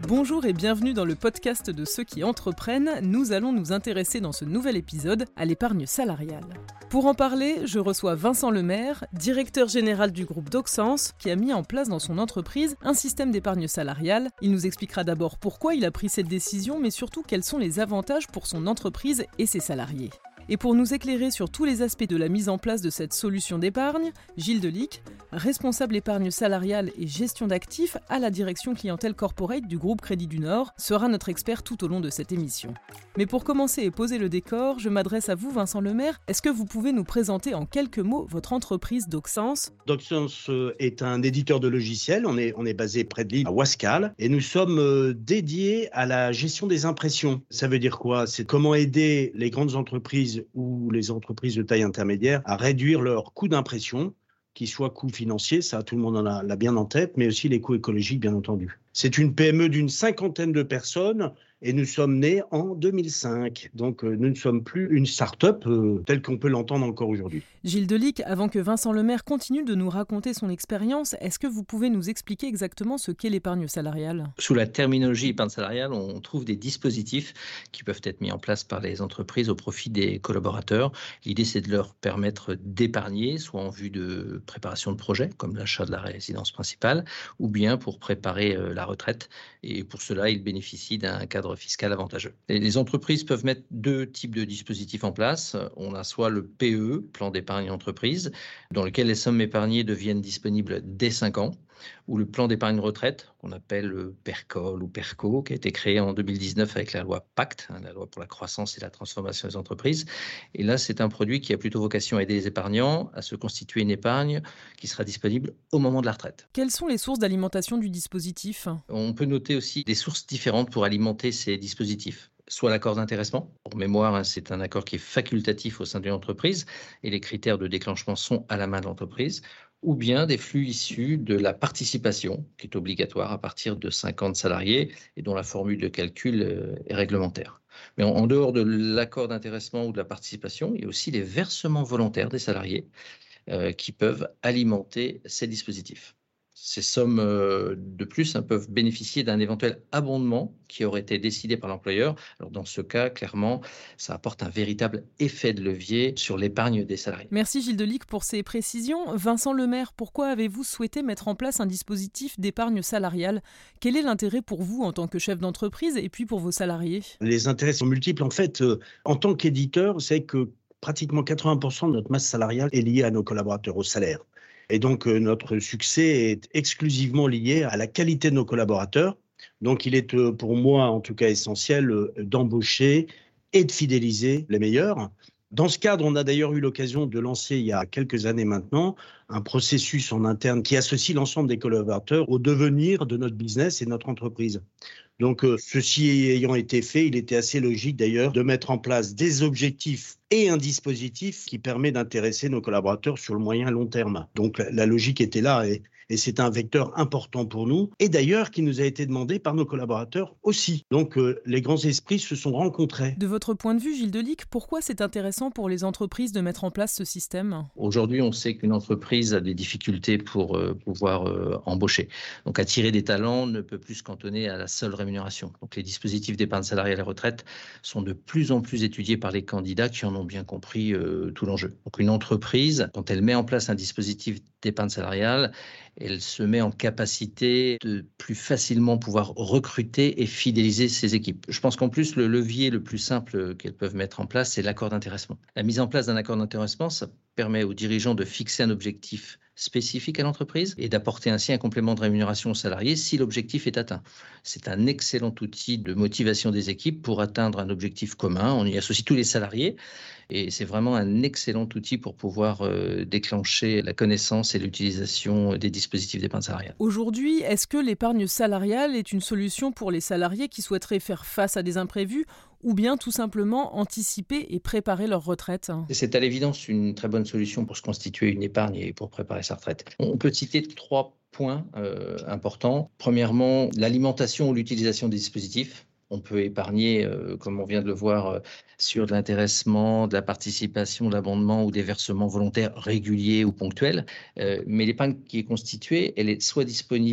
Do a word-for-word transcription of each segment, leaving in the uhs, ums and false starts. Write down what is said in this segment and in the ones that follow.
Bonjour et bienvenue dans le podcast de ceux qui entreprennent. Nous allons nous intéresser dans ce nouvel épisode à l'épargne salariale. Pour en parler, je reçois Vincent Lemaire, directeur général du groupe Docsense, qui a mis en place dans son entreprise un système d'épargne salariale. Il nous expliquera d'abord pourquoi il a pris cette décision, mais surtout quels sont les avantages pour son entreprise et ses salariés. Et pour nous éclairer sur tous les aspects de la mise en place de cette solution d'épargne, Gilles Delic, responsable épargne salariale et gestion d'actifs à la direction clientèle corporate du groupe Crédit du Nord, sera notre expert tout au long de cette émission. Mais pour commencer et poser le décor, je m'adresse à vous Vincent Lemaire. Est-ce que vous pouvez nous présenter en quelques mots votre entreprise Docsense ? Docsense est un éditeur de logiciels, on est, on est basé près de Lille, à Ouascal, et nous sommes dédiés à la gestion des impressions. Ça veut dire quoi ? C'est comment aider les grandes entreprises ou les entreprises de taille intermédiaire à réduire leurs coûts d'impression, qu'ils soient coûts financiers, ça tout le monde en a, l'a bien en tête, mais aussi les coûts écologiques bien entendu. C'est une P M E d'une cinquantaine de personnes et nous sommes nés en deux mille cinq. Donc euh, nous ne sommes plus une start-up euh, telle qu'on peut l'entendre encore aujourd'hui. Gilles Delic, avant que Vincent Lemaire continue de nous raconter son expérience, est-ce que vous pouvez nous expliquer exactement ce qu'est l'épargne salariale ? Sous la terminologie épargne salariale, on trouve des dispositifs qui peuvent être mis en place par les entreprises au profit des collaborateurs. L'idée, c'est de leur permettre d'épargner, soit en vue de préparation de projets, comme l'achat de la résidence principale, ou bien pour préparer la retraite. Et pour cela, ils bénéficient d'un cadre fiscal avantageux. Et les entreprises peuvent mettre deux types de dispositifs en place. On a soit le P E, plan d'épargne entreprise, dans lequel les sommes épargnées deviennent disponibles dès cinq ans, ou le plan d'épargne retraite, qu'on appelle le PERCOL ou PERCO, qui a été créé en deux mille dix-neuf avec la loi Pacte, hein, la loi pour la croissance et la transformation des entreprises. Et là, c'est un produit qui a plutôt vocation à aider les épargnants à se constituer une épargne qui sera disponible au moment de la retraite. Quelles sont les sources d'alimentation du dispositif ? On peut noter aussi des sources différentes pour alimenter ces dispositifs. Soit l'accord d'intéressement. Pour mémoire, c'est un accord qui est facultatif au sein d'une entreprise et les critères de déclenchement sont à la main de l'entreprise. Ou bien des flux issus de la participation, qui est obligatoire à partir de cinquante salariés et dont la formule de calcul est réglementaire. Mais en dehors de l'accord d'intéressement ou de la participation, il y a aussi les versements volontaires des salariés euh, qui peuvent alimenter ces dispositifs. Ces sommes de plus hein, peuvent bénéficier d'un éventuel abondement qui aurait été décidé par l'employeur. Alors dans ce cas, clairement, ça apporte un véritable effet de levier sur l'épargne des salariés. Merci Gilles Delic pour ces précisions. Vincent Lemaire, pourquoi avez-vous souhaité mettre en place un dispositif d'épargne salariale ? Quel est l'intérêt pour vous en tant que chef d'entreprise et puis pour vos salariés ? Les intérêts sont multiples. En fait, euh, en tant qu'éditeur, c'est que pratiquement quatre-vingts pour cent de notre masse salariale est liée à nos collaborateurs, au salaire. Et donc, euh, notre succès est exclusivement lié à la qualité de nos collaborateurs. Donc, il est euh, pour moi, en tout cas, essentiel euh, d'embaucher et de fidéliser les meilleurs. Dans ce cadre, on a d'ailleurs eu l'occasion de lancer, il y a quelques années maintenant, un processus en interne qui associe l'ensemble des collaborateurs au devenir de notre business et de notre entreprise. Donc, euh, ceci ayant été fait, il était assez logique d'ailleurs de mettre en place des objectifs et un dispositif qui permet d'intéresser nos collaborateurs sur le moyen et long terme. Donc, la, la logique était là et, et c'est un vecteur important pour nous et d'ailleurs qui nous a été demandé par nos collaborateurs aussi. Donc, euh, les grands esprits se sont rencontrés. De votre point de vue, Gilles Delic, pourquoi c'est intéressant pour les entreprises de mettre en place ce système ? Aujourd'hui, on sait qu'une entreprise a des difficultés pour euh, pouvoir euh, embaucher. Donc, attirer des talents ne peut plus se cantonner à la seule rémunération. Donc, les dispositifs d'épargne salariale et retraite sont de plus en plus étudiés par les candidats qui en ont bien compris euh, tout l'enjeu. Donc, une entreprise, quand elle met en place un dispositif d'épargne salariale, elle se met en capacité de plus facilement pouvoir recruter et fidéliser ses équipes. Je pense qu'en plus, le levier le plus simple qu'elles peuvent mettre en place, c'est l'accord d'intéressement. La mise en place d'un accord d'intéressement, ça permet aux dirigeants de fixer un objectif spécifique à l'entreprise et d'apporter ainsi un complément de rémunération aux salariés si l'objectif est atteint. C'est un excellent outil de motivation des équipes pour atteindre un objectif commun. On y associe tous les salariés et c'est vraiment un excellent outil pour pouvoir euh, déclencher la connaissance et l'utilisation des dispositifs d'épargne salariale. Aujourd'hui, est-ce que l'épargne salariale est une solution pour les salariés qui souhaiteraient faire face à des imprévus ou bien tout simplement anticiper et préparer leur retraite ? C'est à l'évidence une très bonne solution pour se constituer une épargne et pour préparer sa retraite. On peut citer trois points euh, importants. Premièrement, l'alimentation ou l'utilisation des dispositifs. On peut épargner, euh, comme on vient de le voir, euh, sur de l'intéressement, de la participation, de l'abondement ou des versements volontaires réguliers ou ponctuels. Euh, mais l'épargne qui est constituée, elle est soit disponible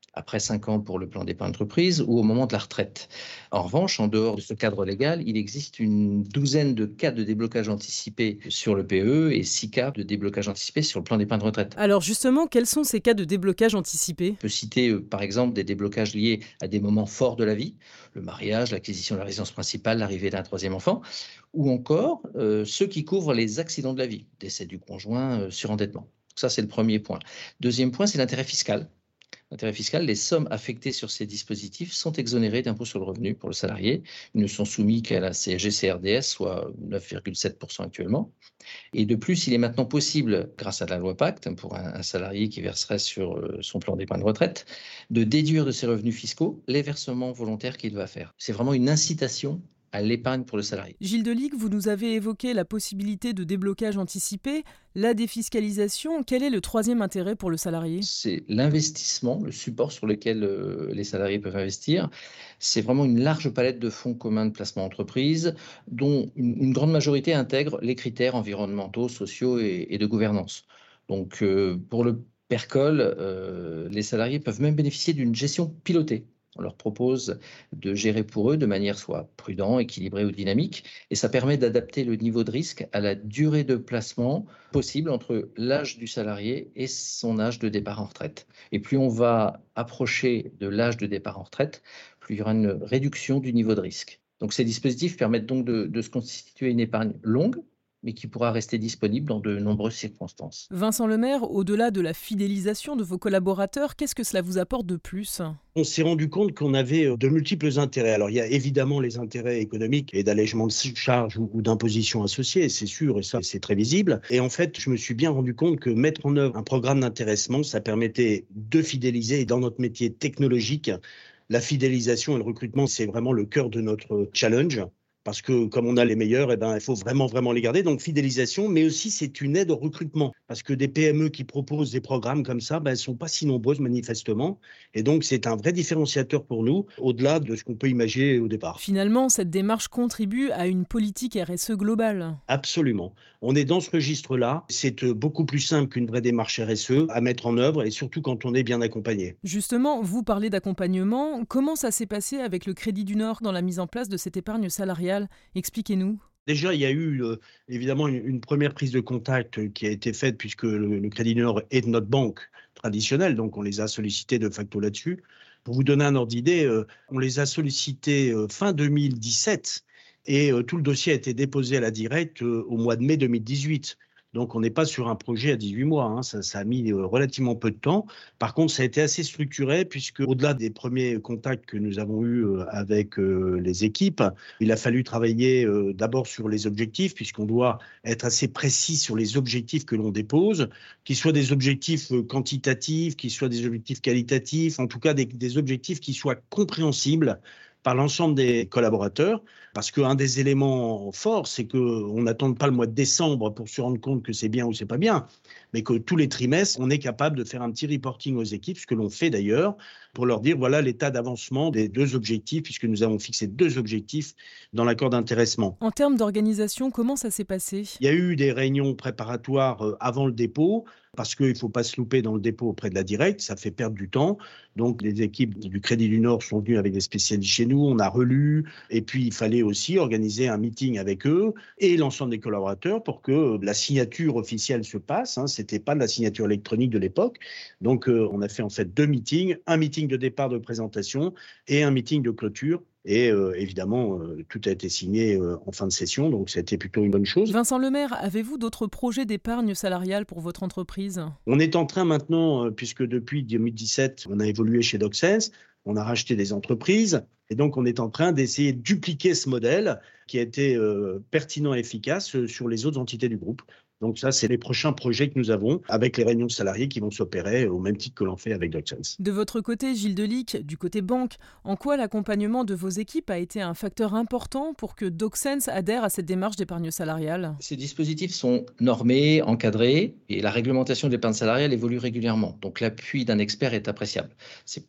après cinq ans pour le plan d'épargne entreprise ou au moment de la retraite. En revanche, en dehors de ce cadre légal, il existe une douzaine de cas de déblocage anticipé sur le P E et six cas de déblocage anticipé sur le plan d'épargne retraite. Alors justement, quels sont ces cas de déblocage anticipé ? On peut citer euh, par exemple des déblocages liés à des moments forts de la vie, le mariage, l'acquisition de la résidence principale, l'arrivée d'un troisième enfant, ou encore euh, ceux qui couvrent les accidents de la vie, décès du conjoint, euh, surendettement. Ça, c'est le premier point. Deuxième point, c'est l'intérêt fiscal. L'intérêt fiscal, les sommes affectées sur ces dispositifs sont exonérées d'impôt sur le revenu pour le salarié. Ils ne sont soumis qu'à la C S G C R D S, soit neuf virgule sept pour cent actuellement. Et de plus, il est maintenant possible, grâce à la loi Pacte, pour un, un salarié qui verserait sur euh, son plan d'épargne retraite, de déduire de ses revenus fiscaux les versements volontaires qu'il va faire. C'est vraiment une incitation à l'épargne pour le salarié. Gilles Delic, vous nous avez évoqué la possibilité de déblocage anticipé, la défiscalisation. Quel est le troisième intérêt pour le salarié ? C'est l'investissement, le support sur lequel euh, les salariés peuvent investir. C'est vraiment une large palette de fonds communs de placement entreprise, dont une, une grande majorité intègre les critères environnementaux, sociaux et, et de gouvernance. Donc, euh, pour le PERCOL, euh, les salariés peuvent même bénéficier d'une gestion pilotée. On leur propose de gérer pour eux de manière soit prudente, équilibrée ou dynamique, et ça permet d'adapter le niveau de risque à la durée de placement possible entre l'âge du salarié et son âge de départ en retraite. Et plus on va approcher de l'âge de départ en retraite, plus il y aura une réduction du niveau de risque. Donc ces dispositifs permettent donc de, de se constituer une épargne longue, mais qui pourra rester disponible dans de nombreuses circonstances. Vincent Lemaire, au-delà de la fidélisation de vos collaborateurs, qu'est-ce que cela vous apporte de plus ? On s'est rendu compte qu'on avait de multiples intérêts. Alors, il y a évidemment les intérêts économiques et d'allègement de charges ou, ou d'imposition associées, c'est sûr, et ça, c'est très visible. Et en fait, je me suis bien rendu compte que mettre en œuvre un programme d'intéressement, ça permettait de fidéliser. Et dans notre métier technologique, la fidélisation et le recrutement, c'est vraiment le cœur de notre challenge. Parce que comme on a les meilleurs, eh ben, il faut vraiment, vraiment les garder. Donc, fidélisation, mais aussi c'est une aide au recrutement. Parce que des P M E qui proposent des programmes comme ça, ben, elles ne sont pas si nombreuses manifestement. Et donc, c'est un vrai différenciateur pour nous, au-delà de ce qu'on peut imaginer au départ. Finalement, cette démarche contribue à une politique R S E globale. Absolument. On est dans ce registre-là. C'est beaucoup plus simple qu'une vraie démarche R S E à mettre en œuvre, et surtout quand on est bien accompagné. Justement, vous parlez d'accompagnement. Comment ça s'est passé avec le Crédit du Nord dans la mise en place de cette épargne salariale ? Expliquez-nous. Déjà, il y a eu euh, évidemment une, une première prise de contact qui a été faite puisque le, le Crédit du Nord est de notre banque traditionnelle, donc on les a sollicités de facto là-dessus. Pour vous donner un ordre d'idée, euh, on les a sollicités euh, fin deux mille dix-sept et euh, tout le dossier a été déposé à la directe euh, au mois de mai deux mille dix-huit. Donc, on n'est pas sur un projet à dix-huit mois, hein. ça, ça a mis euh, relativement peu de temps. Par contre, ça a été assez structuré puisque, au-delà des premiers contacts que nous avons eus euh, avec euh, les équipes, il a fallu travailler euh, d'abord sur les objectifs, puisqu'on doit être assez précis sur les objectifs que l'on dépose, qu'ils soient des objectifs euh, quantitatifs, qu'ils soient des objectifs qualitatifs, en tout cas des, des objectifs qui soient compréhensibles par l'ensemble des collaborateurs, parce qu'un des éléments forts, c'est qu'on n'attende pas le mois de décembre pour se rendre compte que c'est bien ou c'est pas bien, mais que tous les trimestres, on est capable de faire un petit reporting aux équipes, ce que l'on fait d'ailleurs, pour leur dire voilà l'état d'avancement des deux objectifs, puisque nous avons fixé deux objectifs dans l'accord d'intéressement. En termes d'organisation, comment ça s'est passé ? Il y a eu des réunions préparatoires avant le dépôt, parce qu'il ne faut pas se louper dans le dépôt auprès de la directe, ça fait perdre du temps. Donc les équipes du Crédit du Nord sont venues avec des spécialistes chez nous, on a relu, et puis il fallait aussi organiser un meeting avec eux et l'ensemble des collaborateurs pour que la signature officielle se passe. Hein, ce n'était pas de la signature électronique de l'époque. Donc euh, on a fait en fait deux meetings, un meeting de départ de présentation et un meeting de clôture. Et euh, évidemment, euh, tout a été signé euh, en fin de session, donc ça a été plutôt une bonne chose. Vincent Lemaire, avez-vous d'autres projets d'épargne salariale pour votre entreprise ? On est en train maintenant, euh, puisque depuis deux mille dix-sept, on a évolué chez DocSense, on a racheté des entreprises, et donc on est en train d'essayer de dupliquer ce modèle qui a été euh, pertinent et efficace euh, sur les autres entités du groupe. Donc ça, c'est les prochains projets que nous avons avec les réunions de salariés qui vont s'opérer au même titre que l'on fait avec DocSense. De votre côté, Gilles Delic, du côté banque, en quoi l'accompagnement de vos équipes a été un facteur important pour que DocSense adhère à cette démarche d'épargne salariale ? Ces dispositifs sont normés, encadrés, et la réglementation de l'épargne salariale évolue régulièrement. Donc l'appui d'un expert est appréciable. C'est pour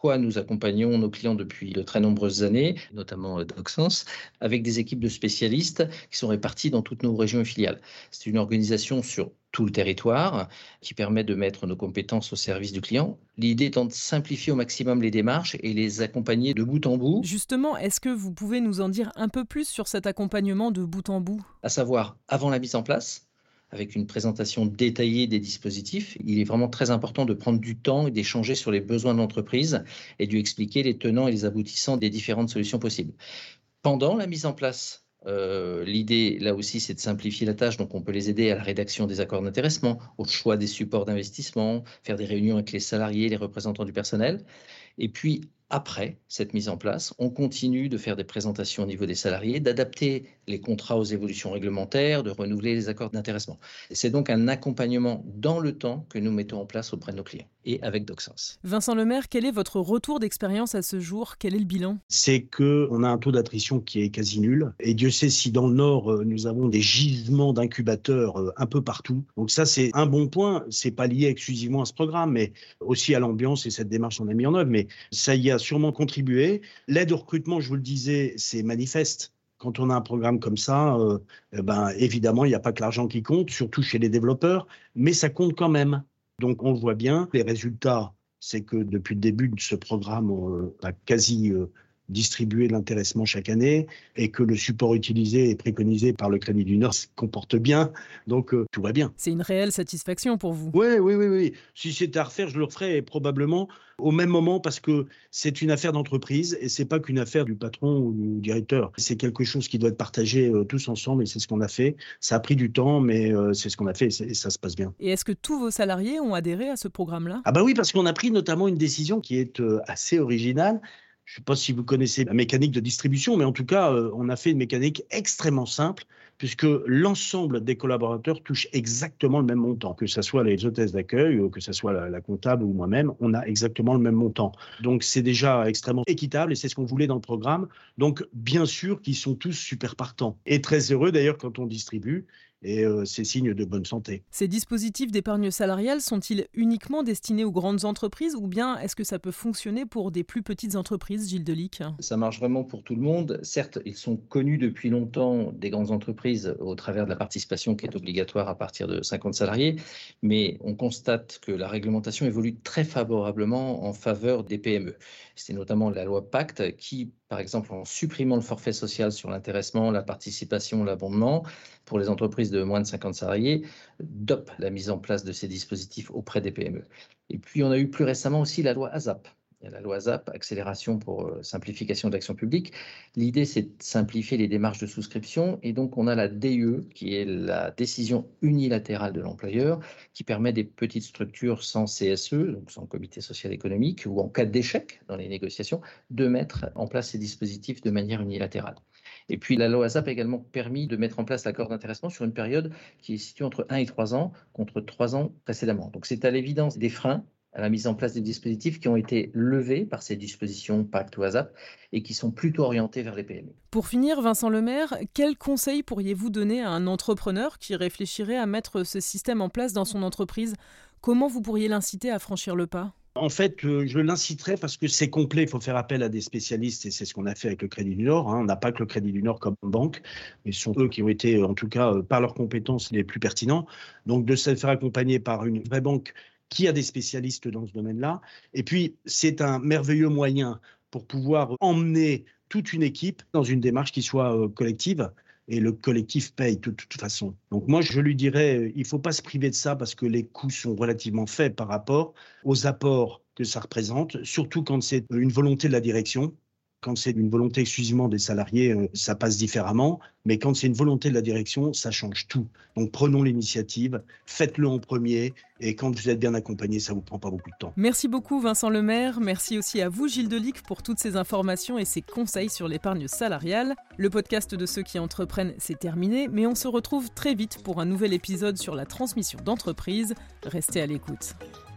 pourquoi nous accompagnons nos clients depuis de très nombreuses années, notamment DocSens, avec des équipes de spécialistes qui sont réparties dans toutes nos régions et filiales. C'est une organisation sur tout le territoire qui permet de mettre nos compétences au service du client. L'idée étant de simplifier au maximum les démarches et les accompagner de bout en bout. Justement, est-ce que vous pouvez nous en dire un peu plus sur cet accompagnement de bout en bout ? À savoir, avant la mise en place, avec une présentation détaillée des dispositifs, il est vraiment très important de prendre du temps et d'échanger sur les besoins de l'entreprise et de lui expliquer les tenants et les aboutissants des différentes solutions possibles. Pendant la mise en place, Euh, l'idée, là aussi, c'est de simplifier la tâche. Donc, on peut les aider à la rédaction des accords d'intéressement, au choix des supports d'investissement, faire des réunions avec les salariés, les représentants du personnel. Et puis, après cette mise en place, on continue de faire des présentations au niveau des salariés, d'adapter les contrats aux évolutions réglementaires, de renouveler les accords d'intéressement. C'est donc un accompagnement dans le temps que nous mettons en place auprès de nos clients et avec DocSens. Vincent Lemaire, quel est votre retour d'expérience à ce jour ? Quel est le bilan ? C'est qu'on a un taux d'attrition qui est quasi nul. Et Dieu sait si dans le Nord, nous avons des gisements d'incubateurs un peu partout. Donc ça, c'est un bon point. C'est pas lié exclusivement à ce programme, mais aussi à l'ambiance et cette démarche qu'on a mis en œuvre. Mais ça y a sûrement contribué. L'aide au recrutement, je vous le disais, c'est manifeste. Quand on a un programme comme ça, euh, ben, évidemment, il n'y a pas que l'argent qui compte, surtout chez les développeurs, mais ça compte quand même. Donc, on le voit bien. Les résultats, c'est que depuis le début de ce programme, on a quasi euh, distribué de l'intéressement chaque année et que le support utilisé et préconisé par le Crédit du Nord se comporte bien. Donc, euh, tout va bien. C'est une réelle satisfaction pour vous ? Oui, oui, oui, oui. Si c'était à refaire, je le referais probablement au même moment parce que c'est une affaire d'entreprise et c'est pas qu'une affaire du patron ou du directeur. C'est quelque chose qui doit être partagé euh, tous ensemble et c'est ce qu'on a fait. Ça a pris du temps, mais euh, c'est ce qu'on a fait et, et ça se passe bien. Et est-ce que tous vos salariés ont adhéré à ce programme-là ? Ah bah oui, parce qu'on a pris notamment une décision qui est euh, assez originale. Je ne sais pas si vous connaissez la mécanique de distribution, mais en tout cas, euh, on a fait une mécanique extrêmement simple puisque l'ensemble des collaborateurs touchent exactement le même montant. Que ce soit les hôtesses d'accueil, que ce soit la, la comptable ou moi-même, on a exactement le même montant. Donc, c'est déjà extrêmement équitable et c'est ce qu'on voulait dans le programme. Donc, bien sûr qu'ils sont tous super partants et très heureux d'ailleurs quand on distribue. Et euh, c'est signe de bonne santé. Ces dispositifs d'épargne salariale sont-ils uniquement destinés aux grandes entreprises ou bien est-ce que ça peut fonctionner pour des plus petites entreprises, Gilles Delic ? Ça marche vraiment pour tout le monde. Certes, ils sont connus depuis longtemps des grandes entreprises au travers de la participation qui est obligatoire à partir de cinquante salariés, mais on constate que la réglementation évolue très favorablement en faveur des P M E. C'est notamment la loi Pacte qui, par exemple, en supprimant le forfait social sur l'intéressement, la participation, l'abondement, pour les entreprises de moins de cinquante salariés, dope la mise en place de ces dispositifs auprès des P M E. Et puis, on a eu plus récemment aussi la loi ASAP. La loi ASAP, accélération pour euh, simplification de l'action publique. L'idée, c'est de simplifier les démarches de souscription. Et donc, on a la D U E, qui est la décision unilatérale de l'employeur, qui permet des petites structures sans C S E, donc sans comité social économique, ou en cas d'échec dans les négociations, de mettre en place ces dispositifs de manière unilatérale. Et puis, la loi ASAP a également permis de mettre en place l'accord d'intéressement sur une période qui est située entre un et trois ans, contre trois ans précédemment. Donc, c'est à l'évidence des freins à la mise en place des dispositifs qui ont été levés par ces dispositions Pacte ou ASAP et qui sont plutôt orientés vers les P M E. Pour finir, Vincent Lemaire, quels conseils pourriez-vous donner à un entrepreneur qui réfléchirait à mettre ce système en place dans son entreprise ? Comment vous pourriez l'inciter à franchir le pas ? En fait, euh, je l'inciterai parce que c'est complet, il faut faire appel à des spécialistes et c'est ce qu'on a fait avec le Crédit du Nord. Hein. On n'a pas que le Crédit du Nord comme banque, mais ce sont eux qui ont été, en tout cas, euh, par leurs compétences, les plus pertinents. Donc, de se faire accompagner par une vraie banque qui a des spécialistes dans ce domaine-là. Et puis, c'est un merveilleux moyen pour pouvoir emmener toute une équipe dans une démarche qui soit euh, collective. Et le collectif paye de toute façon. Donc moi, je lui dirais, il ne faut pas se priver de ça parce que les coûts sont relativement faibles par rapport aux apports que ça représente, surtout quand c'est une volonté de la direction. Quand c'est une volonté exclusivement des salariés, ça passe différemment. Mais quand c'est une volonté de la direction, ça change tout. Donc prenons l'initiative, faites-le en premier. Et quand vous êtes bien accompagné, ça ne vous prend pas beaucoup de temps. Merci beaucoup Vincent Lemaire. Merci aussi à vous Gilles Delic pour toutes ces informations et ces conseils sur l'épargne salariale. Le podcast de ceux qui entreprennent, c'est terminé. Mais on se retrouve très vite pour un nouvel épisode sur la transmission d'entreprise. Restez à l'écoute.